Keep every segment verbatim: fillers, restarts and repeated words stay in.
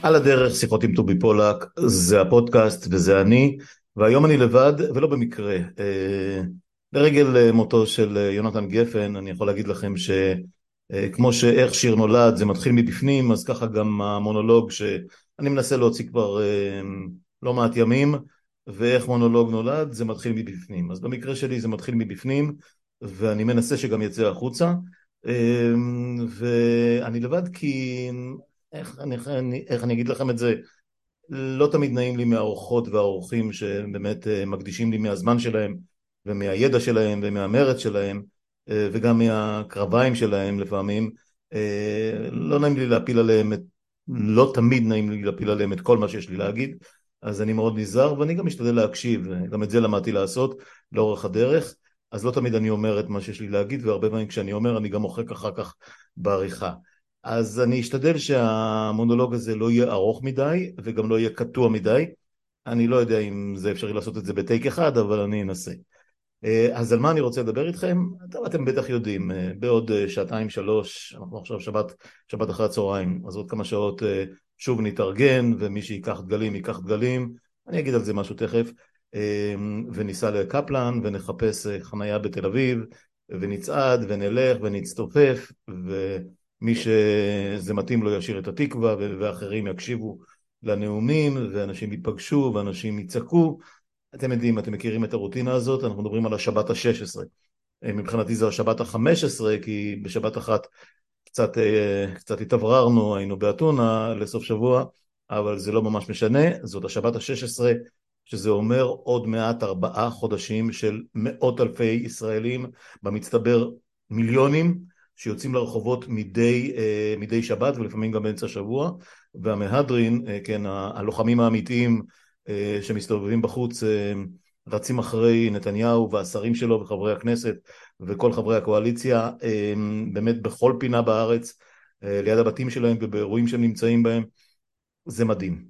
על הדרך, שיחות עם טובי פולק, זה הפודקאסט וזה אני, והיום אני לבד ולא במקרה. אה, לרגל אה, מותו של אה, יונתן גפן, אני יכול להגיד לכם שכמו שאיך שיר נולד זה מתחיל מבפנים, אז ככה גם המונולוג שאני מנסה להוציא כבר אה, לא מעט ימים, ואיך מונולוג נולד זה מתחיל מבפנים. אז במקרה שלי זה מתחיל מבפנים, ואני מנסה שגם יצא החוצה, אה, ואני לבד כי... איך אני, אני, איך אני אגיד לכם את זה, לא תמיד נעים לי מהאורחות והאורחים שבאמת אה, מקדישים לי מהזמן שלהם ומהידע שלהם ומהמרץ שלהם אה, וגם מהקרביים שלהם לפעמים. אה, לא נעים לי להפיל עליהם את, לא תמיד נעים לי להפיל עליהם את כל מה שיש לי להגיד, אז אני מאוד נזהר ואני גם משתדל להקשיב, גם את זה למדתי לעשות לאורך הדרך. אז לא תמיד אני אומר את מה שיש לי להגיד, והרבה פעמים כשאני אומר אני גם מוחק אחר כך בעריכה. אז אני אשתדל שהמונולוג הזה לא יהיה ארוך מדי וגם לא יהיה קטוע מדי. אני לא יודע אם זה אפשרי לעשות את זה בטייק אחד, אבל אני אנסה. אז על מה אני רוצה לדבר איתכם? אתם, אתם בטח יודעים, בעוד שעתיים שלוש, אנחנו עכשיו שבת, שבת אחרי הצהריים, אז עוד כמה שעות שוב נתארגן, ומי שיקח דגלים ייקח דגלים, אני אגיד על זה משהו תכף, וניסע לקפלן ונחפש חנייה בתל אביב, ונצעד ונלך ונצטופף, ומי שזה מתאים לו ישיר את התקווה, ואחרים יקשיבו לנאומים, ואנשים ייפגשו ואנשים יצעקו. אתם יודעים, אתם מכירים את הרוטינה הזאת, אנחנו מדברים על השבת ה-שש עשרה. מבחינתי זה השבת ה-חמש עשרה, כי בשבת אחת קצת, קצת התעבררנו, היינו באתונה לסוף שבוע, אבל זה לא ממש משנה, זאת השבת ה-שש עשרה, שזה אומר עוד מעט ארבעה חודשים של מאות אלפי ישראלים, במצטבר מיליונים, שיוצאים לרחובות מדי, מדי שבת ולפעמים גם באמצע שבוע, והמהדרין, כן, הלוחמים האמיתיים, שמסתובבים בחוץ, רצים אחרי נתניהו והשרים שלו וחברי הכנסת וכל חברי הקואליציה, באמת בכל פינה בארץ, ליד הבתים שלהם ובאירועים שהם נמצאים בהם. זה מדהים.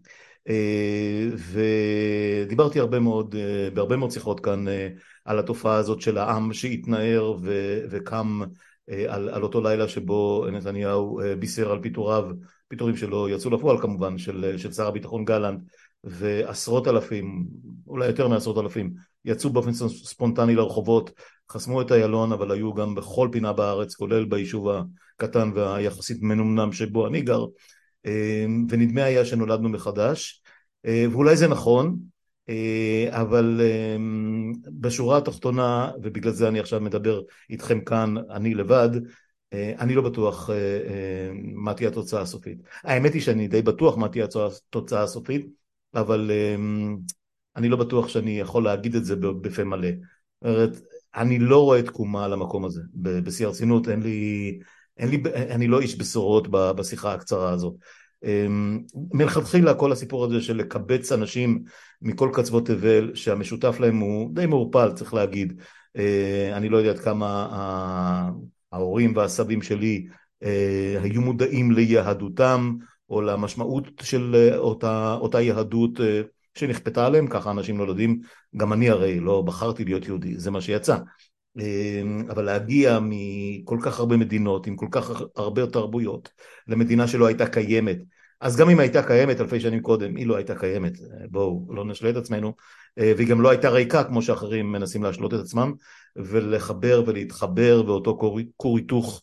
ודיברתי הרבה מאוד, בהרבה מאוד שיחות כאן, על התופעה הזאת של העם שהתנער וקם על, על אותו לילה שבו נתניהו בישר על פיטוריו, פיטורים שלו יצאו לפועל כמובן, של, של שר הביטחון גלנט, ועשרות אלפים, אולי יותר מעשרות אלפים, יצאו באופן ספונטני לרחובות, חסמו את איילון, אבל היו גם בכל פינה בארץ, כולל ביישוב הקטן והיחסית מנומנם שבו אני גר, ונדמה היה שנולדנו מחדש, ואולי זה נכון, אבל בשורה התחתונה, ובגלל זה אני עכשיו מדבר איתכם כאן, אני לבד, אני לא בטוח מה תהיה התוצאה הסופית. האמת היא שאני די בטוח מה תהיה התוצאה הסופית, אבל אני לא בטוח שאני יכול להגיד את זה בפה מלא. אני לא רואה תקומה למקום הזה, בשיא הרצינות. אין לי, אין לי, אני לא איש בשורות בשיחה הקצרה הזאת. מלכתחילה כל הסיפור הזה של לקבץ אנשים מכל קצוות תבל, שהמשותף להם הוא די מעורפל, צריך להגיד. אני לא יודע עד כמה ההורים והסבים שלי היו מודעים ליהדותם, או למשמעות של אותה, אותה יהדות שנכפתה עליהם, ככה אנשים נולדים. גם אני הרי לא בחרתי להיות יהודי, זה מה שיצא. אבל להגיע מכל כך הרבה מדינות, עם כל כך הרבה תרבויות, למדינה שלא הייתה קיימת, אז גם אם הייתה קיימת אלפי שנים קודם, היא לא הייתה קיימת, בואו לא נשלה את עצמנו, והיא גם לא הייתה ריקה כמו שאחרים מנסים להשלות את עצמם, ולחבר ולהתחבר באותו כור היתוך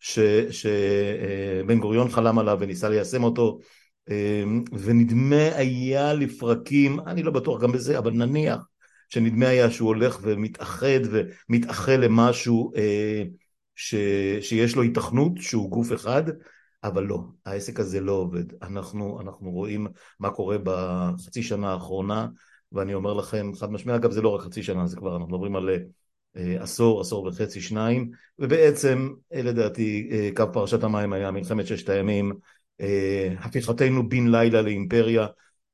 שבן גוריון חלם עליו וניסה ליישם אותו, ונדמה היה לפרקים, אני לא בטוח גם בזה, אבל נניח שנדמה היה שהוא הולך ומתאחד ומתאחל למשהו ש, שיש לו התכנות, שהוא גוף אחד, אבל לא, העסק הזה לא עובד. אנחנו, אנחנו רואים מה קורה בחצי שנה האחרונה, ואני אומר לכם חד משמעי, אגב זה לא רק חצי שנה, זה כבר אנחנו מדברים על עשור, עשור וחצי, שניים, ובעצם לדעתי קו פרשת המים היה מלחמת ששת הימים, הפיכתנו בן לילה לאימפריה,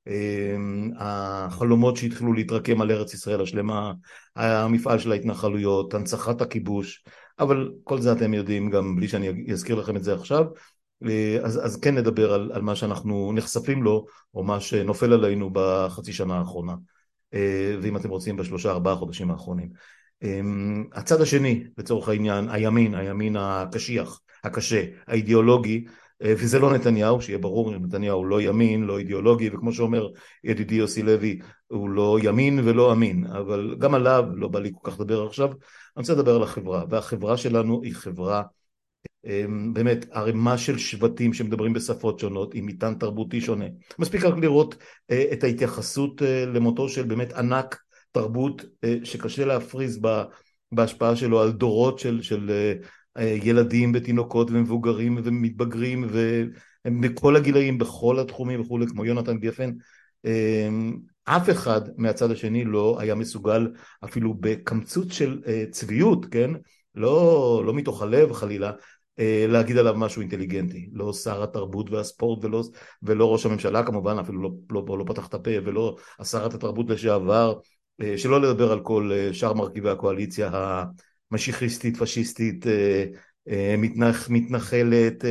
החלומות שהתחילו להתרקם על ארץ ישראל השלמה, המפעל של ההתנחלויות, הנצחת הכיבוש, אבל כל זה אתם יודעים גם בלי שאני אזכיר לכם את זה עכשיו. אז, אז כן נדבר על, על מה שאנחנו נחשפים לו, או מה שנופל עלינו בחצי שנה האחרונה, ואם אתם רוצים בשלושה ארבעה חודשים האחרונים. הצד השני, לצורך העניין, הימין, הימין הקשיח, הקשה, האידיאולוגי, וזה לא נתניהו, שיהיה ברור, נתניהו לא ימין, לא אידיאולוגי, וכמו שאומר ידידי יוסי לוי, הוא לא ימין ולא אמין, אבל גם עליו לא בא לי כל כך לדבר עכשיו. אני רוצה לדבר על החברה, והחברה שלנו היא חברה באמת ערימה של שבטים שמדברים בשפות שונות עם מטען תרבותי שונה. מספיק רק לראות את ההתייחסות למותו של באמת ענק תרבות שקשה להפריז בהשפעה שלו על דורות של, של ילדים ותינוקות ומבוגרים ומתבגרים ומכל הגילאים בכל התחומים וכולי, כמו יונתן גפן. אף אחד מהצד השני לא היה מסוגל אפילו בקמצות של צביעות, כן? לא, לא מתוך הלב חלילה, להגיד עליו משהו אינטליגנטי. לא שר התרבות והספורט ולא, ולא ראש הממשלה כמובן, אפילו לא, לא, לא פתח את הפה, ולא שרת התרבות לשעבר, שלא לדבר על כל שאר מרכיבי הקואליציה המשיחיסטית, פשיסטית, מתנח, מתנחלת,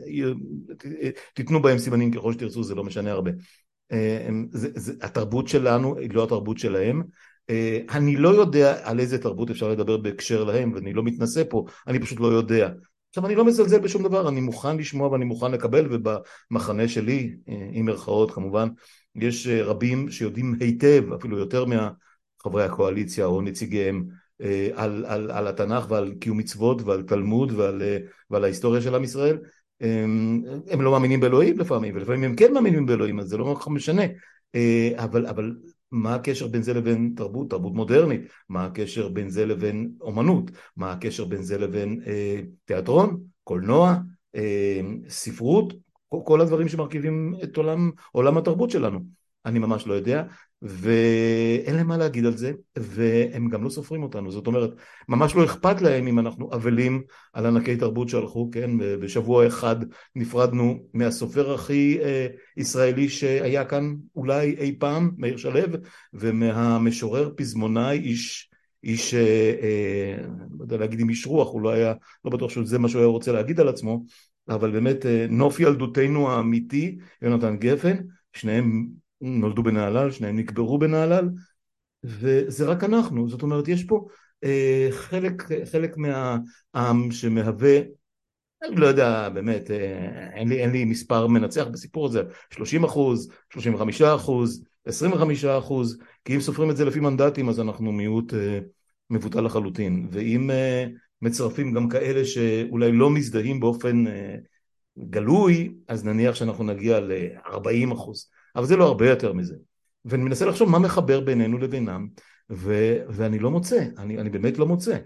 תתנו בהם סימנים ככל שתרצו, זה לא משנה הרבה. זה, זה, התרבות שלנו היא לא התרבות שלהם. אני לא יודע על איזה תרבות אפשר לדבר בהקשר להם, ואני לא מתנסה פה, אני פשוט לא יודע. עכשיו, אני לא מזלזל בשום דבר, אני מוכן לשמוע ואני מוכן לקבל, ובמחנה שלי, עם מרכאות כמובן, יש רבים שיודעים היטב, אפילו יותר מהחברי הקואליציה או נציגיהם, על, על, על התנ"ך ועל קיום מצוות ועל תלמוד ועל, ועל ההיסטוריה של עם ישראל. הם לא מאמינים באלוהים לפעמים, ולפעמים הם כן מאמינים באלוהים, אז זה לא משנה. אבל, אבל מה הקשר בין זה לבין תרבות, תרבות מודרנית? מה הקשר בין זה לבין אומנות? מה הקשר בין זה לבין אה, תיאטרון, קולנוע, אה, ספרות, כל, כל הדברים שמרכיבים את עולם, עולם התרבות שלנו? אני ממש לא יודע, ואין להם מה להגיד על זה, והם גם לא סופרים אותנו. זאת אומרת, ממש לא אכפת להם אם אנחנו אבלים על ענקי תרבות שהלכו, כן? בשבוע אחד נפרדנו מהסופר הכי אה, ישראלי שהיה כאן אולי אי פעם, מאיר שלו, ומהמשורר פזמונאי, איש, איש אה, אה, לא יודע להגיד עם איש רוח, הוא לא היה, לא בטוח שזה מה שהוא היה רוצה להגיד על עצמו, אבל באמת אה, נוף ילדותנו האמיתי, יונתן גפן, שניהם נולדו בנהלל, שניהם נקברו בנהלל, וזה רק אנחנו. זאת אומרת, יש פה אה, חלק, חלק מהעם שמהווה, אני לא יודע, באמת, אה, אין לי, אין לי מספר מנצח בסיפור הזה, שלושים אחוז, שלושים וחמישה אחוז, עשרים וחמישה אחוז, כי אם סופרים את זה לפי מנדטים, אז אנחנו מיעוט אה, מבוטל לחלוטין, ואם אה, מצרפים גם כאלה שאולי לא מזדהים באופן אה, גלוי, אז נניח שאנחנו נגיע ל-ארבעים אחוז, אבל זה לא הרבה יותר מזה. ואני מנסה לחשוב מה מחבר בינינו לבינם, ו- ואני לא מוצא, אני, אני באמת לא מוצא.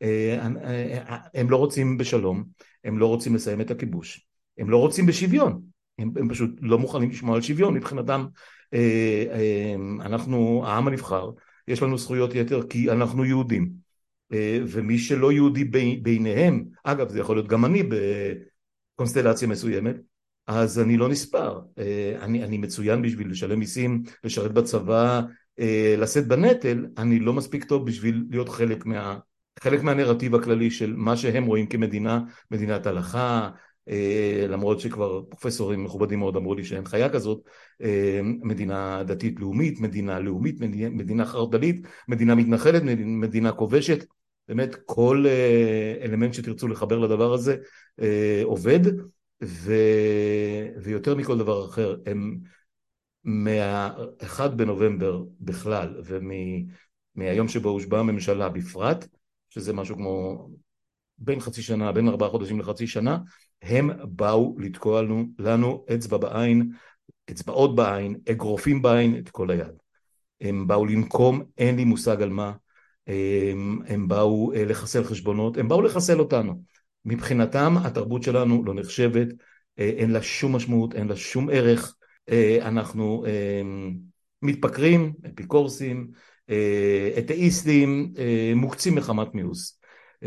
הם לא רוצים בשלום, הם לא רוצים לסיים את הכיבוש, הם לא רוצים בשוויון, הם, הם פשוט לא מוכנים לשמוע על שוויון. מבחינתם, אנחנו העם הנבחר, יש לנו זכויות יתר כי אנחנו יהודים, ומי שלא יהודי ביניהם, אגב זה יכול להיות גם אני בקונסטלציה מסוימת, אז אני לא נספר. אני, אני מצוין בשביל לשלם מיסים, לשרת בצבא, לשאת בנטל, אני לא מספיק טוב בשביל להיות חלק מה, חלק מהנרטיב הכללי של מה שהם רואים כמדינה, מדינת הלכה, למרות שכבר פרופסורים מכובדים מאוד אמרו לי שאין חיה כזאת, מדינה דתית לאומית, מדינה לאומית, מדינה חרד"לית, מדינה מתנחלת, מדינה כובשת. באמת כל אלמנט שתרצו לחבר לדבר הזה עובד, ו... ויותר מכל דבר אחר, הם מה-אחד בנובמבר בכלל, ומהיום שבו הושבעה הממשלה בפרט, שזה משהו כמו בין חצי שנה, בין ארבעה חודשים לחצי שנה, הם באו לתקוע לנו, לנו אצבע בעין, אצבעות בעין, אגרופים בעין, את כל היד. הם באו לנקום, אין לי מושג על מה, הם, הם באו לחסל חשבונות, הם באו לחסל אותנו. מבחינתם התרבות שלנו לא נחשבת, אין לה שום משמעות, אין לה שום ערך, אנחנו מתפקרים, אפיקורסים, אתאיסטים, מוקצים מחמת מיאוס.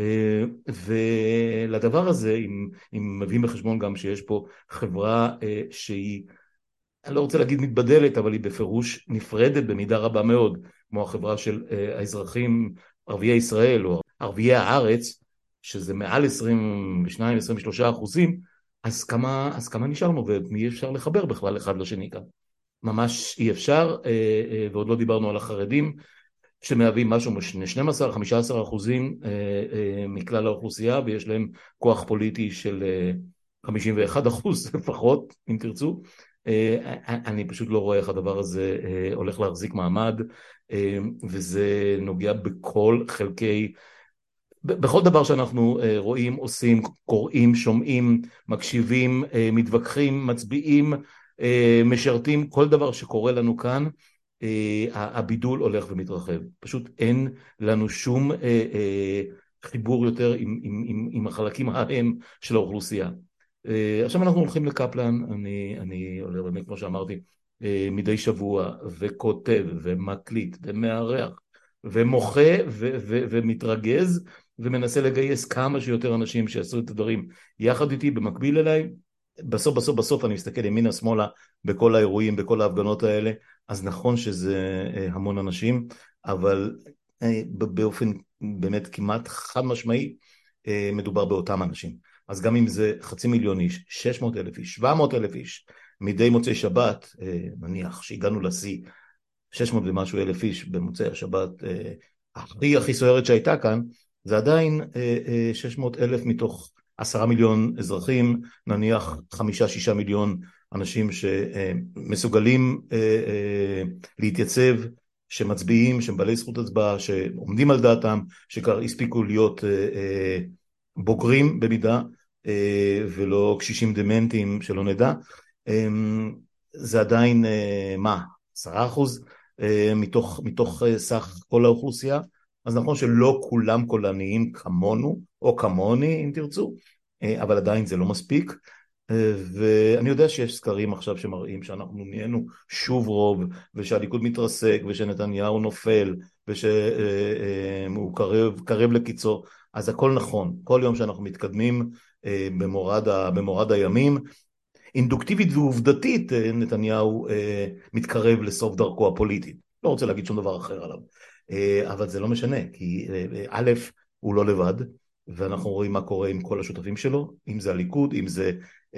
ולדבר הזה, אם, אם מביאים בחשבון גם שיש פה חברה שהיא, אני לא רוצה להגיד מתבדלת, אבל היא בפירוש נפרדת במידה רבה מאוד, כמו החברה של האזרחים ערביי ישראל או ערביי הארץ, שזה מעל עשרים ושניים עשרים ושלושה אחוזים, אז כמה, אז כמה נשארנו, ומי אפשר לחבר בכלל אחד לשני כאן? ממש אי אפשר, ועוד לא דיברנו על החרדים, שמהווים משהו שנים עשר חמישה עשר אחוזים מכלל האוכלוסייה, ויש להם כוח פוליטי של חמישים ואחד אחוז לפחות, אם תרצו. אני פשוט לא רואה איך הדבר הזה הולך להחזיק מעמד, וזה נוגע בכל חלקי, בכל דבר שאנחנו רואים, עושים, קוראים, שומעים, מקשיבים, מתווכחים, מצביעים, משרתים, כל דבר שקורה לנו כאן, הבידול הולך ומתרחב. פשוט אין לנו שום חיבור יותר עם, עם, עם, עם החלקים ההם של האוכלוסייה. עכשיו אנחנו הולכים לקפלן, אני, אני עולה באמת כמו שאמרתי, מדי שבוע, וכותב, ומקליט, ומארח, ומוחה, ו, ו, ומתרגז, ומנסה לגייס כמה שיותר אנשים שיעשו את הדברים יחד איתי, במקביל אליי. בסוף בסוף בסוף אני מסתכל ימינה שמאלה בכל האירועים, בכל ההפגנות האלה, אז נכון שזה המון אנשים, אבל באופן באמת כמעט חד משמעי מדובר באותם אנשים. אז גם אם זה חצי מיליון איש, שש מאות אלף איש, שבע מאות אלף איש, מדי מוצאי שבת, נניח שהגענו לשיא, שש מאות ומשהו אלף איש במוצאי השבת הכי הכי סוערת שהייתה כאן, זה עדיין שש מאות אלף מתוך עשרה מיליון אזרחים, נניח חמישה שישה מיליון אנשים שמסוגלים להתייצב, שמצביעים, שהם בעלי זכות הצבעה, שעומדים על דעתם, שכבר הספיקו להיות בוגרים במידה, ולא קשישים דמנטים שלא נדע. זה עדיין מה? עשרה אחוז מתוך, מתוך סך כל האוכלוסייה. אז נכון שלא כולם קולניים כמונו, או כמוני אם תרצו, אבל עדיין זה לא מספיק. ואני יודע שיש סקרים עכשיו שמראים שאנחנו נהיינו שוב רוב, ושהליכוד מתרסק, ושנתניהו נופל, ושהוא קרב, קרב לקיצו. אז הכל נכון. כל יום שאנחנו מתקדמים במורד, ה, במורד הימים, אינדוקטיבית ועובדתית נתניהו מתקרב לסוף דרכו הפוליטית. לא רוצה להגיד שום דבר אחר עליו. אבל זה לא משנה, כי א', הוא לא לבד, ואנחנו רואים מה קורה עם כל השותפים שלו, אם זה הליכוד, אם זה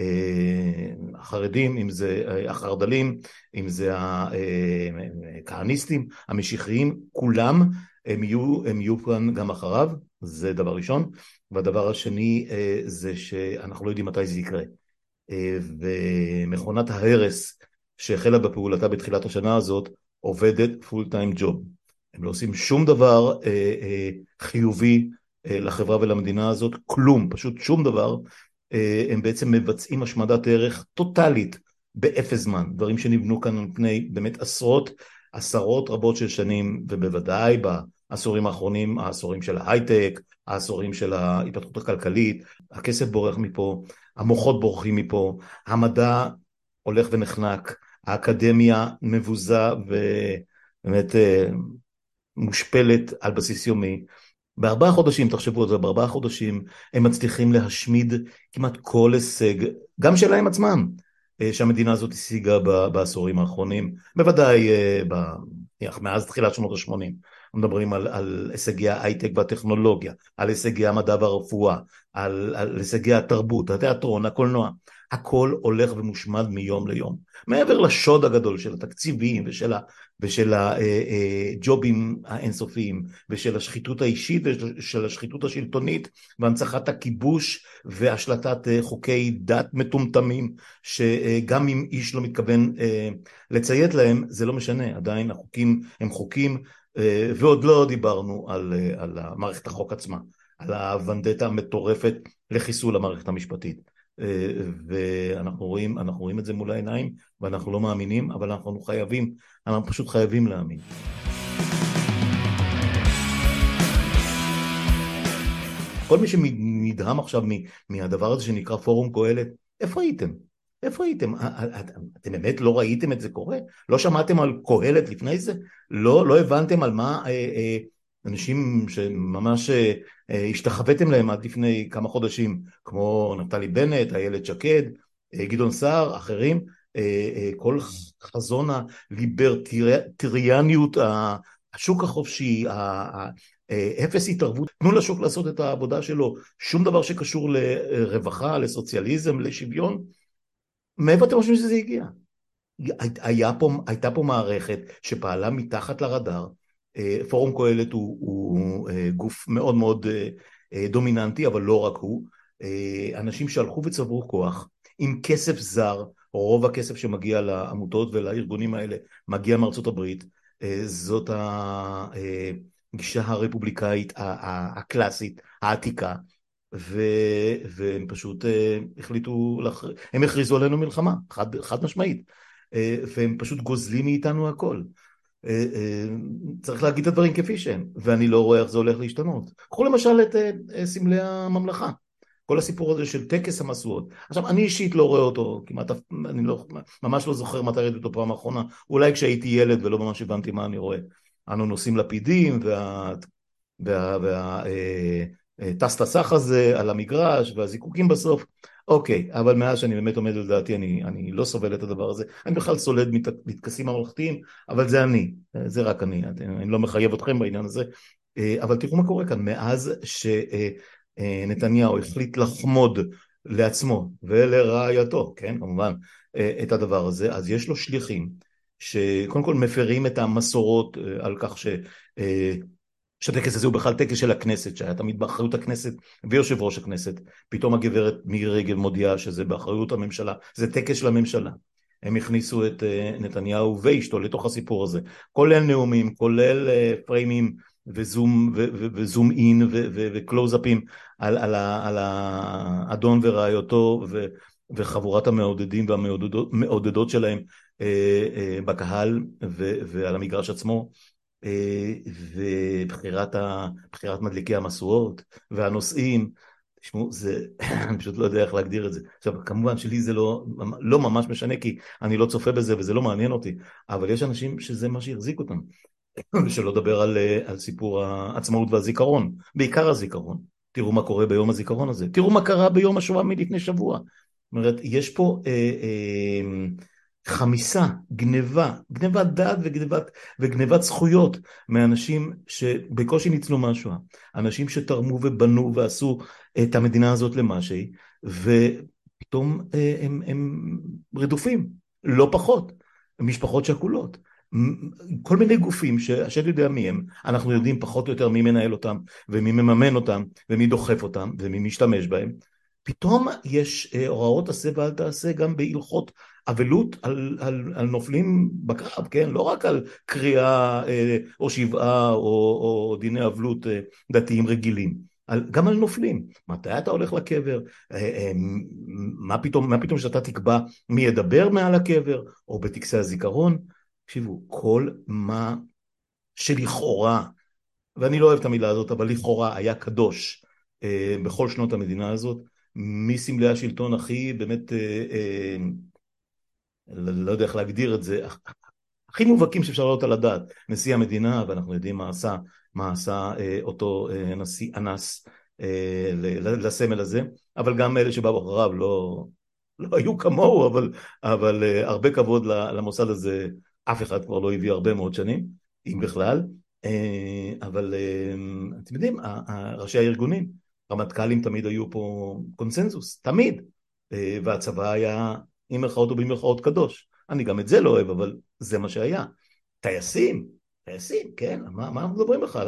החרדים, אם זה החרדלים, אם זה הכהניסטים, המשיחיים, כולם הם יהיו, הם יהיו כאן גם אחריו, זה דבר ראשון. והדבר השני זה שאנחנו לא יודעים מתי זה יקרה. ומכונת ההרס שהחלה בפעולתה בתחילת השנה הזאת, עובדת פול טיים ג'וב. הם לא עושים שום דבר אה, אה, חיובי אה, לחברה ולמדינה הזאת, כלום, פשוט שום דבר. אה, הם בעצם מבצעים השמדת ערך טוטלית באפס זמן, דברים שנבנו כאן על פני באמת עשרות, עשרות רבות של שנים, ובוודאי בעשורים האחרונים, העשורים של ההייטק, העשורים של ההתפתחות הכלכלית, הכסף בורח מפה, המוחות בורחים מפה, המדע הולך ונחנק, האקדמיה מבוזה ובאמת מושפלת על בסיס יומי. בארבעה חודשים, תחשבו על זה, בארבעה חודשים הם מצליחים להשמיד כמעט כל הישג, גם שלהם עצמם, שהמדינה הזאת השיגה בעשורים האחרונים, בוודאי מאז תחילת שנות ה-שמונים. מדברים על, על הישגי ההייטק והטכנולוגיה, על הישגי המדע והרפואה, על, על הישגי התרבות, התיאטרון, הקולנוע. הכל הולך ומושמד מיום ליום. מעבר לשוד הגדול של התקציבים ושל, ה, ושל הג'ובים האינסופיים, ושל השחיתות האישית ושל השחיתות השלטונית, והנצחת הכיבוש והשלטת חוקי דת מטומטמים, שגם אם איש לא מתכוון לציית להם, זה לא משנה, עדיין החוקים הם חוקים, ועוד לא דיברנו על, על מערכת החוק עצמה, על הוונדטה המטורפת לחיסול המערכת המשפטית. ואנחנו רואים, אנחנו רואים את זה מול העיניים, ואנחנו לא מאמינים, אבל אנחנו חייבים, אנחנו פשוט חייבים להאמין. כל מי שנדהם עכשיו מהדבר הזה שנקרא פורום קהלת, איפה הייתם? איפה הייתם? אתם באמת לא ראיתם את זה קורה? לא שמעתם על קהלת לפני זה? לא, לא הבנתם על מה אנשים שממש השתחוויתם להם עד לפני כמה חודשים, כמו נפתלי בנט, איילת שקד, גדעון סער, אחרים, כל חזון הליברטריאניות, השוק החופשי, אפס התערבות, תנו לשוק לעשות את העבודה שלו, שום דבר שקשור לרווחה, לסוציאליזם, לשוויון. מאיפה אתם חושבים שזה הגיע? היה פה, הייתה פה מערכת שפעלה מתחת לרדאר. פורום קהלת הוא, הוא גוף מאוד מאוד דומיננטי, אבל לא רק הוא. אנשים שהלכו וצברו כוח, עם כסף זר, רוב הכסף שמגיע לעמותות ולארגונים האלה מגיע מארצות הברית, זאת הגישה הרפובליקאית הקלאסית, העתיקה, והם פשוט החליטו, הם הכריזו עלינו מלחמה, חד, חד משמעית, והם פשוט גוזלים מאיתנו הכל. צריך להגיד את הדברים כפי שהם, ואני לא רואה איך זה הולך להשתנות. קחו למשל את סמלי הממלכה, כל הסיפור הזה של טקס המשואות. עכשיו, אני אישית לא רואה אותו, כמעט, אני לא, ממש לא זוכר מתי ראיתי אותו פעם האחרונה, אולי כשהייתי ילד ולא ממש הבנתי מה אני רואה. אנו נושאים לפידים, וה... וה, וה אה, טס תסח הזה על המגרש, והזיקוקים בסוף. אוקיי, אבל מאז שאני באמת עומד על דעתי, אני, אני לא סובל את הדבר הזה. אני בכלל סולד מתקסים הממלכתיים, אבל זה אני, זה רק אני. אני לא מחייב אתכם בעניין הזה. אבל תראו מה קורה כאן, מאז ש... נתניהו החליט לחמוד לעצמו ולרעייתו, כן, כמובן, את הדבר הזה, אז יש לו שליחים שקודם כל מפרים את המסורות על כך ש... שהטקס הזה הוא בכלל טקס של הכנסת, שהיה תמיד באחריות הכנסת ויושב ראש הכנסת. פתאום הגברת מירי רגב מודיעה שזה באחריות הממשלה, זה טקס של הממשלה. הם הכניסו את נתניהו ואשתו לתוך הסיפור הזה, כולל נאומים, כולל פריימים וזום וזום אין וקלוזאפים על על על האדון ורעייתו וחבורת המעודדים והמעודדות שלהם בקהל ועל המגרש עצמו, ובחירת בחירת מדליקי המשואות והנושאים. תשמעו, זה, אני פשוט לא יודע איך להגדיר את זה. עכשיו, כמובן שלי זה לא, לא ממש משנה, כי אני לא צופה בזה וזה לא מעניין אותי, אבל יש אנשים שזה מה שיחזיק אותם. ושלא לדבר על, על סיפור העצמאות והזיכרון, בעיקר הזיכרון. תראו מה קורה ביום הזיכרון הזה. תראו מה קרה ביום השואה מלפני שבוע. זאת אומרת, יש פה אה, אה, חמיסה, גניבה, גניבת דעת וגניבת, וגניבת זכויות מאנשים שבקושי ניצלו מהשואה. אנשים שתרמו ובנו ועשו את המדינה הזאת למשהי, ופתאום אה, הם, הם רדופים, לא פחות, משפחות שכולות. כל מיני גופים שהשד יודע מי הם, אנחנו יודעים פחות או יותר מי מנהל אותם, ומי מממן אותם, ומי דוחף אותם, ומי משתמש בהם. פתאום יש הוראות עשה ואל תעשה גם בהלכות אבלות על, על, על נופלים בקרב, כן? לא רק על קריאה או שבעה או, או דיני אבלות דתיים רגילים, על, גם על נופלים. מתי אתה הולך לקבר? מה פתאום, מה פתאום שאתה תקבע מי ידבר מעל הקבר, או בטקסי הזיכרון? תקשיבו, כל מה שלכאורה, ואני לא אוהב את המילה הזאת, אבל לכאורה היה קדוש אה, בכל שנות המדינה הזאת, מסמלי השלטון הכי, באמת, אה, אה, לא יודע איך להגדיר את זה, הכי מובהקים שאפשר לראות על הדעת, נשיא המדינה, ואנחנו יודעים מה עשה, מה עשה אה, אותו אה, נשיא אנס אה, לסמל הזה, אבל גם אלה שבאו אחריו לא, לא היו כמוהו, אבל, אבל אה, הרבה כבוד למוסד הזה, אף אחד כבר לא הביא הרבה מאוד שנים, אם בכלל, אבל אתם יודעים, ראשי הארגונים, רמטכ"לים תמיד היו פה קונסנזוס, תמיד, והצבא היה עם מרכאות או במרכאות קדוש. אני גם את זה לא אוהב, אבל זה מה שהיה. טייסים, טייסים, כן, מה, מה אנחנו מדברים בכלל?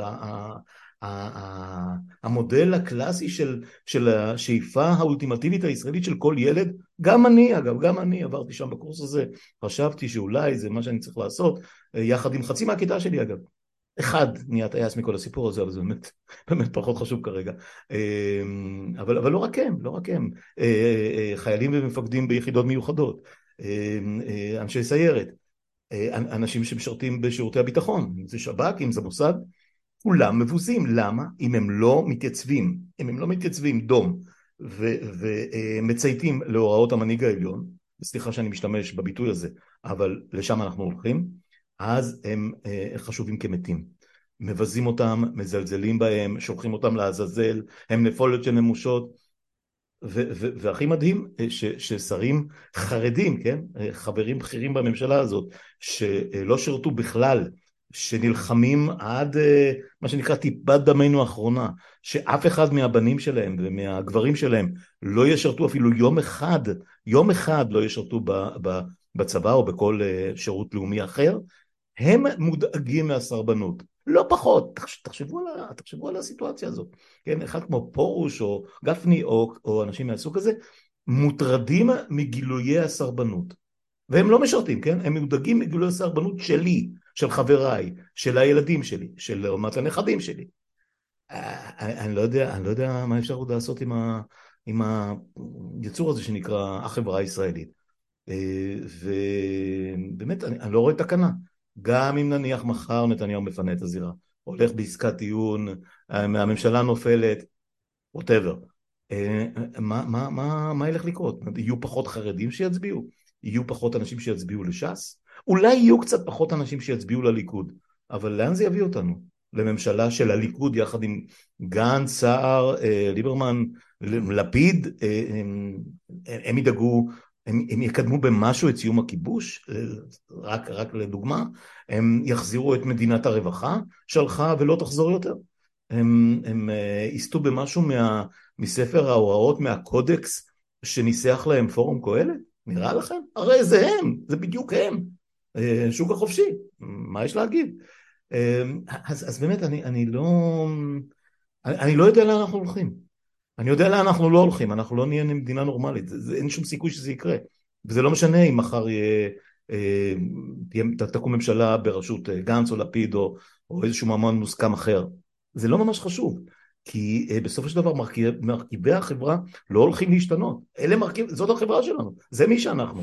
המודל הקלאסי של, של השאיפה האולטימטיבית הישראלית של כל ילד, גם אני אגב, גם אני עברתי שם בקורס הזה, חשבתי שאולי זה מה שאני צריך לעשות, יחד עם חצי מהכיתה שלי אגב, אחד נהיה טייס מכל הסיפור הזה, אבל זה באמת, באמת פחות חשוב כרגע, אבל, אבל לא רק הם, לא רק הם, חיילים ומפקדים ביחידות מיוחדות, אנשי סיירת, אנשים שמשרתים בשירותי הביטחון, אם זה שב"כ, אם זה מוסד, כולם מבוזים. למה? אם הם לא מתייצבים, אם הם לא מתייצבים דום ומצייתים להוראות המנהיג העליון, סליחה שאני משתמש בביטוי הזה, אבל לשם אנחנו הולכים, אז הם חשובים כמתים. מבזים אותם, מזלזלים בהם, שולחים אותם לעזאזל, הם נפולת של נמושות, והכי מדהים ש, ששרים חרדים, כן? חברים בכירים בממשלה הזאת, שלא שירתו בכלל, שנלחמים עד מה שנקרא טיפת דמנו האחרונה, שאף אחד מהבנים שלהם ומהגברים שלהם לא ישרתו אפילו יום אחד, יום אחד לא ישרתו ב, ב, בצבא או בכל שירות לאומי אחר, הם מודאגים מהסרבנות. לא פחות, תחשבו על, תחשבו על הסיטואציה הזאת, כן, אחד כמו פורוש או גפני או, או אנשים מהסוג הזה, מוטרדים מגילויי הסרבנות, והם לא משרתים, כן, הם מודאגים מגילויי הסרבנות שלי, של חבריי, של הילדים שלי, של עומת הנכדים שלי. אני לא יודע, אני לא יודע מה אפשר עוד לעשות עם ה, עם היצור הזה שנקרא החברה הישראלית. ובאמת אני, אני לא רואה תקנה, גם אם נניח מחר נתניהו מפנה את הזירה, הולך בעסקת טיעון, הממשלה נופלת, whatever, מה, מה, מה, מה ילך לקרות? יהיו פחות חרדים שיצביעו? יהיו פחות אנשים שיצביעו לש"ס? אולי יהיו קצת פחות אנשים שיצביעו לליכוד, אבל לאן זה יביא אותנו? לממשלה של הליכוד יחד עם גנץ, סער, ליברמן, לפיד, הם, הם ידאגו, הם, הם יקדמו במשהו את סיום הכיבוש, רק, רק לדוגמה, הם יחזירו את מדינת הרווחה שלך ולא תחזור יותר. הם, הם יסתו במשהו מה, מספר ההוראות, מהקודקס שניסח להם פורום קהלת? נראה לכם? הרי זה הם, זה בדיוק הם. שוק החופשי, מה יש להגיד? אז, אז באמת אני, אני לא, אני, אני לא יודע לאן אנחנו הולכים. אני יודע לאן אנחנו לא הולכים, אנחנו לא נהיה מדינה נורמלית, זה, זה, אין שום סיכוי שזה יקרה. וזה לא משנה אם מחר יהיה, אה, תקום ממשלה בראשות גנץ או לפיד או, או איזשהו מאמן מוסכם אחר. זה לא ממש חשוב, כי אה, בסופו של דבר מרכיב, מרכיבי החברה לא הולכים להשתנות. אלה מרכיב, זאת החברה שלנו, זה מי שאנחנו.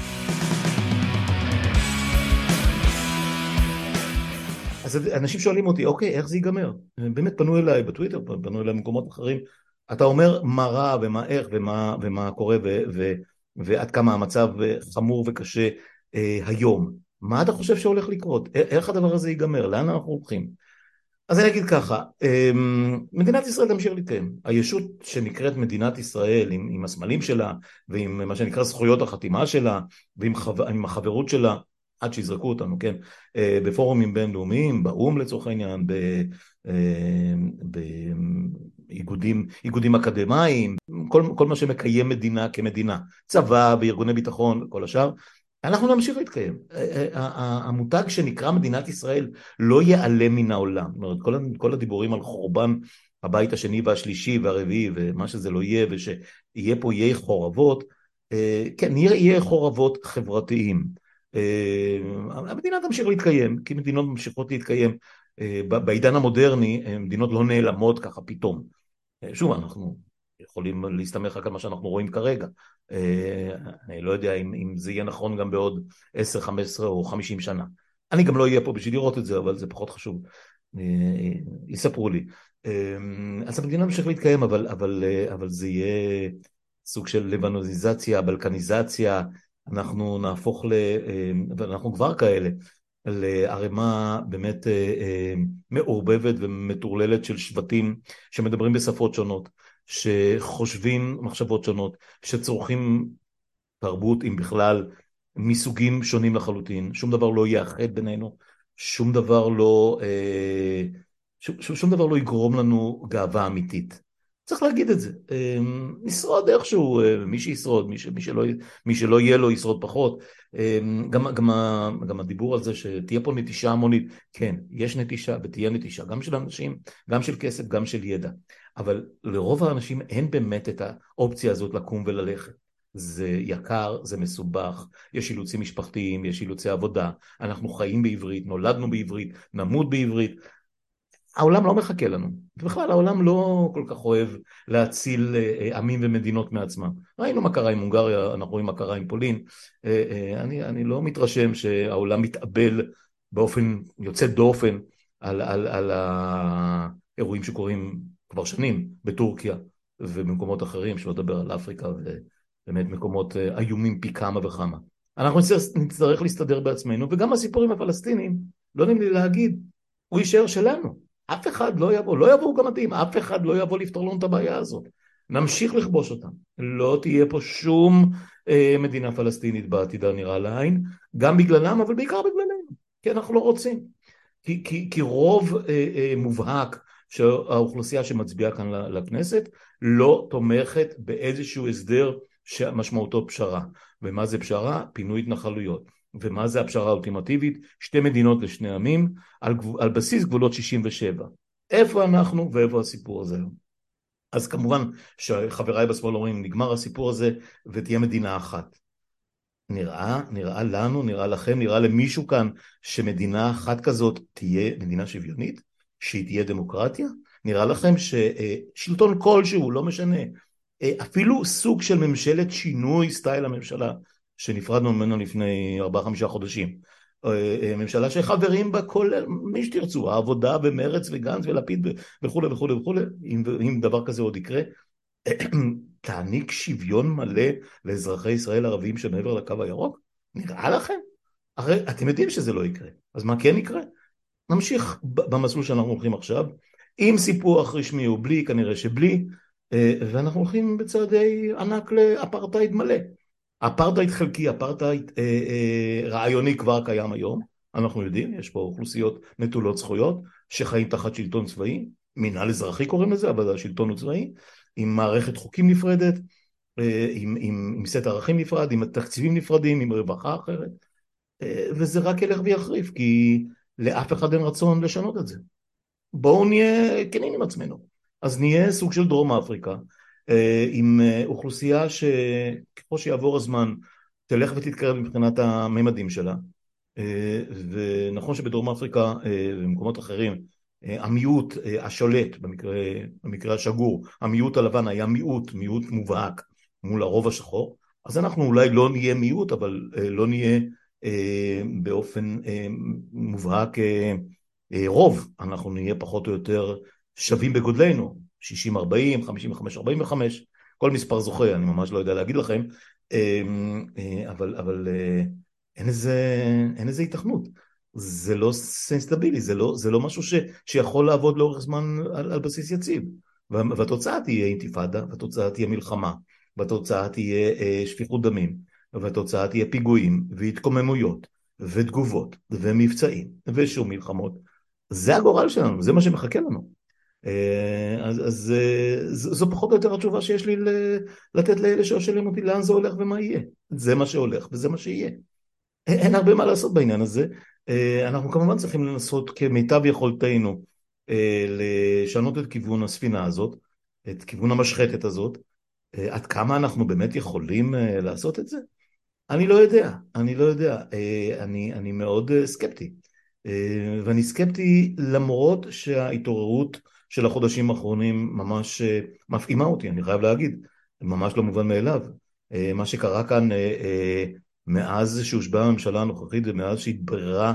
אז אנשים שואלים אותי, אוקיי, איך זה ייגמר? באמת פנו אליי בטוויטר, פנו אליי במקומות אחרים, אתה אומר מה רע ומה איך ומה, ומה קורה ו, ו, ועד כמה המצב חמור וקשה אה, היום. מה אתה חושב שהולך לקרות? איך הדבר הזה ייגמר? לאן אנחנו הולכים? אז אני אגיד ככה, אה, מדינת ישראל תמשיך להתקיים. הישות שנקראת מדינת ישראל עם, עם הסמלים שלה ועם מה שנקרא זכויות החתימה שלה ועם חו, עם החברות שלה, עד שיזרקו אותנו, כן, בפורומים בינלאומיים, באום לצורך העניין, באיגודים, איגודים אקדמיים, כל, כל מה שמקיים מדינה כמדינה, צבא, בארגוני ביטחון, כל השאר, אנחנו נמשיך להתקיים. המותג שנקרא מדינת ישראל לא ייעלם מן העולם. זאת אומרת, כל, כל הדיבורים על חורבן הבית השני והשלישי והרביעי, ומה שזה לא יהיה, ושיהיה פה יהיה חורבות, כן, יהיה חורבות חברתיים. המדינה תמשיך להתקיים, כי מדינות ממשיכות להתקיים. בעידן המודרני, מדינות לא נעלמות ככה פתאום. שוב, אנחנו יכולים להסתמך רק על מה שאנחנו רואים כרגע. אני לא יודע אם, אם זה יהיה נכון גם בעוד עשר, חמש עשרה או חמישים שנה. אני גם לא אהיה פה בשביל לראות את זה, אבל זה פחות חשוב. יספרו לי. אז המדינה ממשיך להתקיים, אבל, אבל, אבל זה יהיה סוג של לבנוניזציה, בלקניזציה, אנחנו נהפוך ל... ואנחנו כבר כאלה, לערימה באמת מעורבבת ומטורללת של שבטים שמדברים בשפות שונות, שחושבים מחשבות שונות, שצורכים תרבות עם בכלל מסוגים שונים לחלוטין, שום דבר לא יאחד בינינו, שום דבר לא, שום, שום דבר לא יגרום לנו גאווה אמיתית. צריך להגיד את זה. נשרוד איכשהו, מי שישרוד, מי, ש, מי, שלא, מי שלא יהיה לו ישרוד פחות. גם, גם, גם הדיבור על זה שתהיה פה נטישה המונית, כן, יש נטישה ותהיה נטישה, גם של אנשים, גם של כסף, גם של ידע. אבל לרוב האנשים אין באמת את האופציה הזאת לקום וללכת. זה יקר, זה מסובך, יש אילוצים משפחתיים, יש אילוצי עבודה, אנחנו חיים בעברית, נולדנו בעברית, נמות בעברית, העולם לא מחכה לנו, ובכלל העולם לא כל כך אוהב להציל עמים ומדינות מעצמם. ראינו מה קרה עם הונגריה, אנחנו רואים מה קרה עם פולין, אני, אני לא מתרשם שהעולם מתאבל באופן יוצא דופן על, על, על האירועים שקורים כבר שנים בטורקיה ובמקומות אחרים, שלא לדבר על אפריקה ובאמת מקומות איומים פי כמה וכמה. אנחנו נצטרך להסתדר בעצמנו, וגם הסיפורים הפלסטינים, לא נעים לי להגיד, הוא יישאר שלנו. אף אחד לא יבוא, לא יבואו גם עדים, אף אחד לא יבוא לפתור לנו את הבעיה הזאת. נמשיך לכבוש אותם. לא תהיה פה שום אה, מדינה פלסטינית בעתיד הנראה לעין, גם בגללם, אבל בעיקר בגללנו, כי אנחנו לא רוצים. כי, כי, כי רוב אה, אה, מובהק שהאוכלוסייה שמצביעה כאן לכנסת, לא תומכת באיזשהו הסדר שמשמעותו פשרה. ומה זה פשרה? פינוי התנחלויות. ומה זה הפשרה האולטימטיבית? שתי מדינות לשני עמים, על, גבול, על בסיס גבולות שישים ושבע. איפה אנחנו ואיפה הסיפור הזה? אז כמובן שחבריי בשמאל אומרים, נגמר הסיפור הזה ותהיה מדינה אחת. נראה, נראה לנו, נראה לכם, נראה למישהו כאן שמדינה אחת כזאת תהיה מדינה שוויונית, שהיא תהיה דמוקרטיה? נראה לכם ששלטון כלשהו, לא משנה, אפילו סוג של ממשלת שינוי סטייל הממשלה, שנפרדנו ממנו לפני ארבעה חמישה חודשים, ממשלה שחברים בה כל מי שתרצו, העבודה ומרץ וגנץ ולפיד וכו' וכו' וכו', אם, אם דבר כזה עוד יקרה, תעניק שוויון מלא לאזרחי ישראל ערבים שמעבר לקו הירוק? נראה לכם? הרי אתם יודעים שזה לא יקרה, אז מה כן יקרה? נמשיך במסלול שאנחנו הולכים עכשיו, עם סיפוח רשמי או בלי, כנראה שבלי, ואנחנו הולכים בצעדי ענק לאפרטייד מלא. אפרטייד חלקי, אפרטייד אה, אה, רעיוני כבר קיים היום, אנחנו יודעים, יש פה אוכלוסיות נטולות זכויות, שחיים תחת שלטון צבאי, מנהל אזרחי קוראים לזה, אבל השלטון הוא צבאי, עם מערכת חוקים נפרדת, אה, עם, עם, עם סט ערכים נפרד, עם תקציבים נפרדים, עם רווחה אחרת, אה, וזה רק ילך ויחריף, כי לאף אחד אין רצון לשנות את זה. בואו נהיה כנים עם עצמנו. אז נהיה סוג של דרום אפריקה, עם אוכלוסייה שככל שיעבור הזמן תלך ותתקרב מבחינת הממדים שלה, ונכון שבדרום אפריקה ובמקומות אחרים המיעוט השולט, במקרה, במקרה השגור, המיעוט הלבן היה מיעוט, מיעוט מובהק מול הרוב השחור, אז אנחנו אולי לא נהיה מיעוט, אבל לא נהיה באופן מובהק רוב, אנחנו נהיה פחות או יותר שווים בגודלנו, שישים ארבעים, חמישים וחמש ארבעים וחמש, כל מספר זוכה, אני ממש לא יודע להגיד לכם, אבל, אבל אין איזה, אין איזה התכנות. זה לא סנסטבילי, זה לא, זה לא משהו ש, שיכול לעבוד לאורך זמן על, על בסיס יציב. והתוצאה תהיה אינתיפאדה, והתוצאה תהיה מלחמה, והתוצאה תהיה שפיכות דמים, והתוצאה תהיה פיגועים, והתקוממויות, ותגובות, ומבצעים, ושום מלחמות. זה הגורל שלנו, זה מה שמחכה לנו. אז, אז זו פחות או יותר התשובה שיש לי לתת לאלה שואלים אותי לאן זה הולך ומה יהיה. זה מה שהולך וזה מה שיהיה. אין הרבה מה לעשות בעניין הזה. אנחנו כמובן צריכים לנסות כמיטב יכולתנו לשנות את כיוון הספינה הזאת, את כיוון המשחטת הזאת. עד כמה אנחנו באמת יכולים לעשות את זה? אני לא יודע, אני לא יודע. אני, אני מאוד סקפטי. ואני סקפטי למרות שההתעוררות של החודשים האחרונים ממש מפעימה אותי, אני חייב להגיד, ממש לא מובן מאליו. מה שקרה כאן מאז שהושבעה הממשלה הנוכחית ומאז שהתבררה,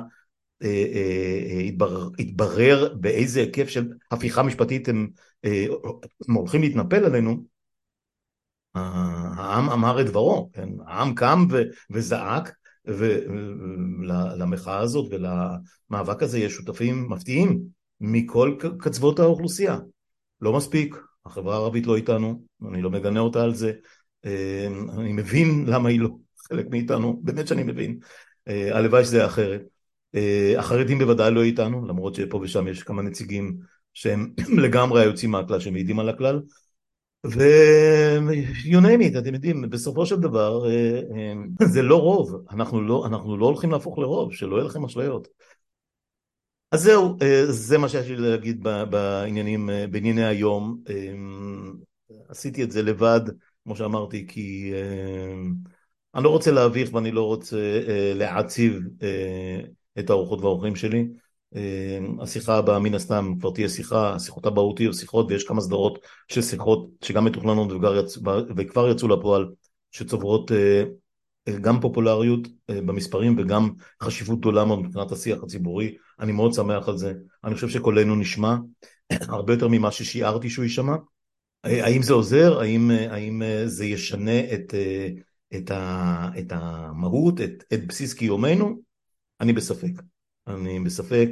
התברר, התברר באיזה היקף של הפיכה משפטית הם, הם הולכים להתנפל עלינו, העם אמר את דברו, כן? העם קם ו, וזעק, ולמחאה הזאת ולמאבק הזה יש שותפים מפתיעים מכל קצוות האוכלוסייה. לא מספיק, החברה הערבית לא איתנו, אני לא מגנה אותה על זה, אני מבין למה היא לא חלק מאיתנו, באמת שאני מבין, הלוואי שזה אחרת. החרדים בוודאי לא איתנו, למרות שפה ושם יש כמה נציגים שהם לגמרי היוצאים מהכלל, שמעידים על הכלל, ו-you name it, אתם יודעים, בסופו של דבר זה לא רוב, אנחנו לא, אנחנו לא הולכים להפוך לרוב, שלא יהיה לכם אשליות. אז זהו, זה מה שיש לי להגיד בעניינים, בענייני היום. עשיתי את זה לבד, כמו שאמרתי, כי אני לא רוצה להביך ואני לא רוצה להעציב את האורחות והאורחים שלי. השיחה הבאה מן הסתם כבר תהיה שיחה, השיחות הבאות יהיו שיחות, ויש כמה סדרות של שיחות שגם מתוכננות וכבר יצאו לפועל, שצוברות גם פופולריות במספרים וגם חשיבות גדולה מאוד מבחינת השיח הציבורי. אני מאוד שמח על זה, אני חושב שקולנו נשמע הרבה יותר ממה ששיערתי שהוא יישמע. האם זה עוזר? האם, האם זה ישנה את, את, ה, את המהות, את, את בסיס קיומנו? אני בספק. אני בספק,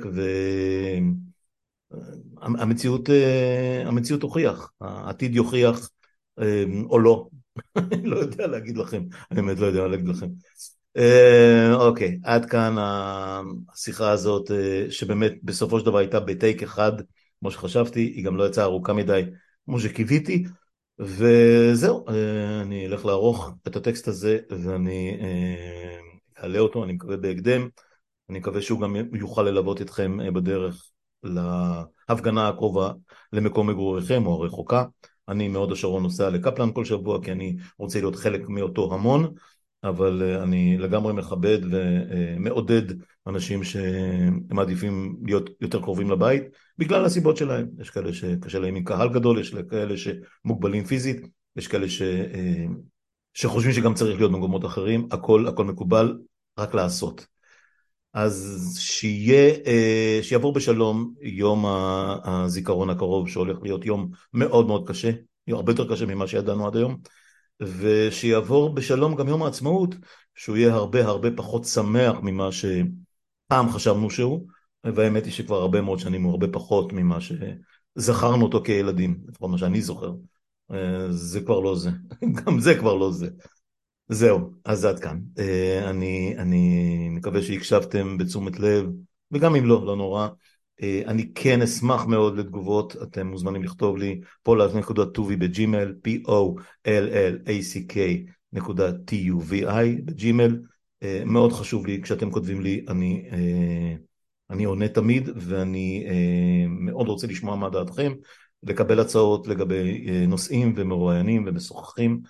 והמציאות המציאות הוכיח, העתיד יוכיח או לא. אני לא יודע להגיד לכם, אני באמת לא יודע להגיד לכם. אוקיי, עד כאן השיחה הזאת, שבאמת בסופו של דבר הייתה בטייק אחד, כמו שחשבתי, היא גם לא יצאה ארוכה מדי, כמו שקיוויתי, וזהו, אני אלך לערוך את הטקסט הזה, ואני אעלה אותו, אני מקווה בהקדם, אני מקווה שהוא גם יוכל ללוות אתכם בדרך להפגנה הקרובה למקום מגוריכם או הרחוקה. אני מהוד השרון נוסע לקפלן כל שבוע, כי אני רוצה להיות חלק מאותו המון, אבל אני לגמרי מכבד ומעודד אנשים שמעדיפים להיות יותר קרובים לבית, בגלל הסיבות שלהם. יש כאלה שקשה להם עם קהל גדול, יש כאלה שמוגבלים פיזית, יש כאלה ש... שחושבים שגם צריך להיות במקומות אחרים, הכל, הכל מקובל, רק לעשות. אז שיהיה, שיעבור בשלום יום הזיכרון הקרוב, שהולך להיות יום מאוד מאוד קשה, הרבה יותר קשה ממה שידענו עד היום, ושיעבור בשלום גם יום העצמאות, שהוא יהיה הרבה הרבה פחות שמח ממה שפעם חשבנו שהוא, והאמת היא שכבר הרבה מאוד שנים הוא הרבה פחות ממה שזכרנו אותו כילדים, לפחות מה שאני זוכר. זה כבר לא זה, גם זה כבר לא זה. זהו, אז עד כאן. אני, אני מקווה שהקשבתם בתשומת לב, וגם אם לא, לא נורא. אני כן אשמח מאוד לתגובות, אתם מוזמנים לכתוב לי פולק נקודה טובי בג'ימל, פי-או-אל-אל-איי-סי-קיי נקודה טי-יו-וי-איי בג'ימל. מאוד חשוב לי, כשאתם כותבים לי, אני, אני עונה תמיד, ואני מאוד רוצה לשמוע מה דעתכם, לקבל הצעות לגבי נושאים ומרואיינים ומשוחחים,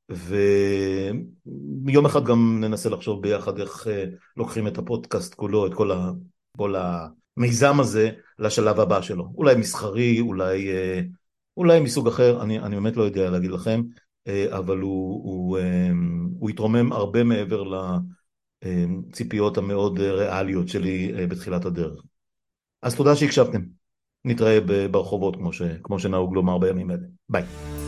ויום אחד גם ננסה לחשוב ביחד איך לוקחים את הפודקאסט כולו, את כל, ה, כל המיזם הזה לשלב הבא שלו. אולי מסחרי, אולי, אולי מסוג אחר, אני, אני באמת לא יודע להגיד לכם, אבל הוא, הוא, הוא יתרומם הרבה מעבר לציפיות המאוד ריאליות שלי בתחילת הדרך. אז תודה שהקשבתם. נתראה ברחובות כמו, ש, כמו שנהוג לומר בימים אלה. ביי.